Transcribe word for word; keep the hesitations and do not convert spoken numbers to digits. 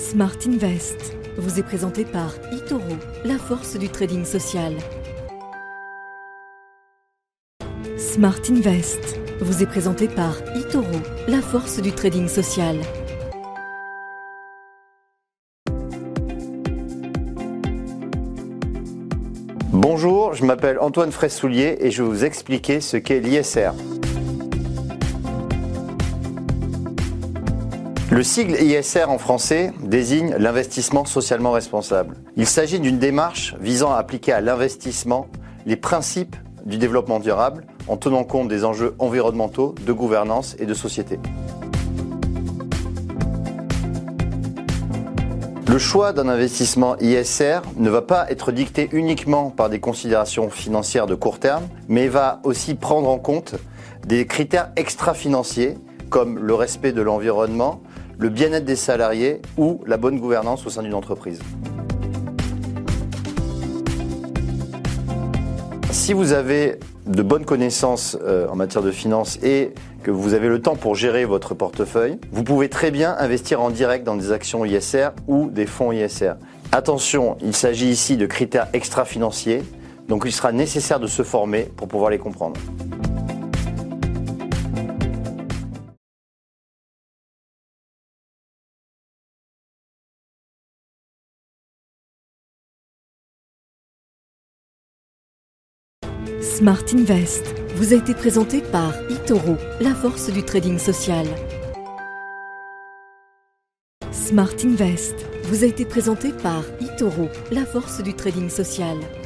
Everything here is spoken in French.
Smart Invest vous est présenté par eToro, la force du trading social. Smart Invest vous est présenté par eToro, la force du trading social. Bonjour, je m'appelle Antoine Fraisse-Soulier et je vais vous expliquer ce qu'est l'I S R. Le sigle I S R en français désigne l'investissement socialement responsable. Il s'agit d'une démarche visant à appliquer à l'investissement les principes du développement durable en tenant compte des enjeux environnementaux, de gouvernance et de société. Le choix d'un investissement I S R ne va pas être dicté uniquement par des considérations financières de court terme, mais va aussi prendre en compte des critères extra-financiers comme le respect de l'environnement, le bien-être des salariés ou la bonne gouvernance au sein d'une entreprise. Si vous avez de bonnes connaissances euh, en matière de finance et que vous avez le temps pour gérer votre portefeuille, vous pouvez très bien investir en direct dans des actions I S R ou des fonds I S R. Attention, il s'agit ici de critères extra-financiers, donc il sera nécessaire de se former pour pouvoir les comprendre. Smart Invest vous a été présenté par eToro, la force du trading social. Smart Invest vous a été présenté par eToro, la force du trading social.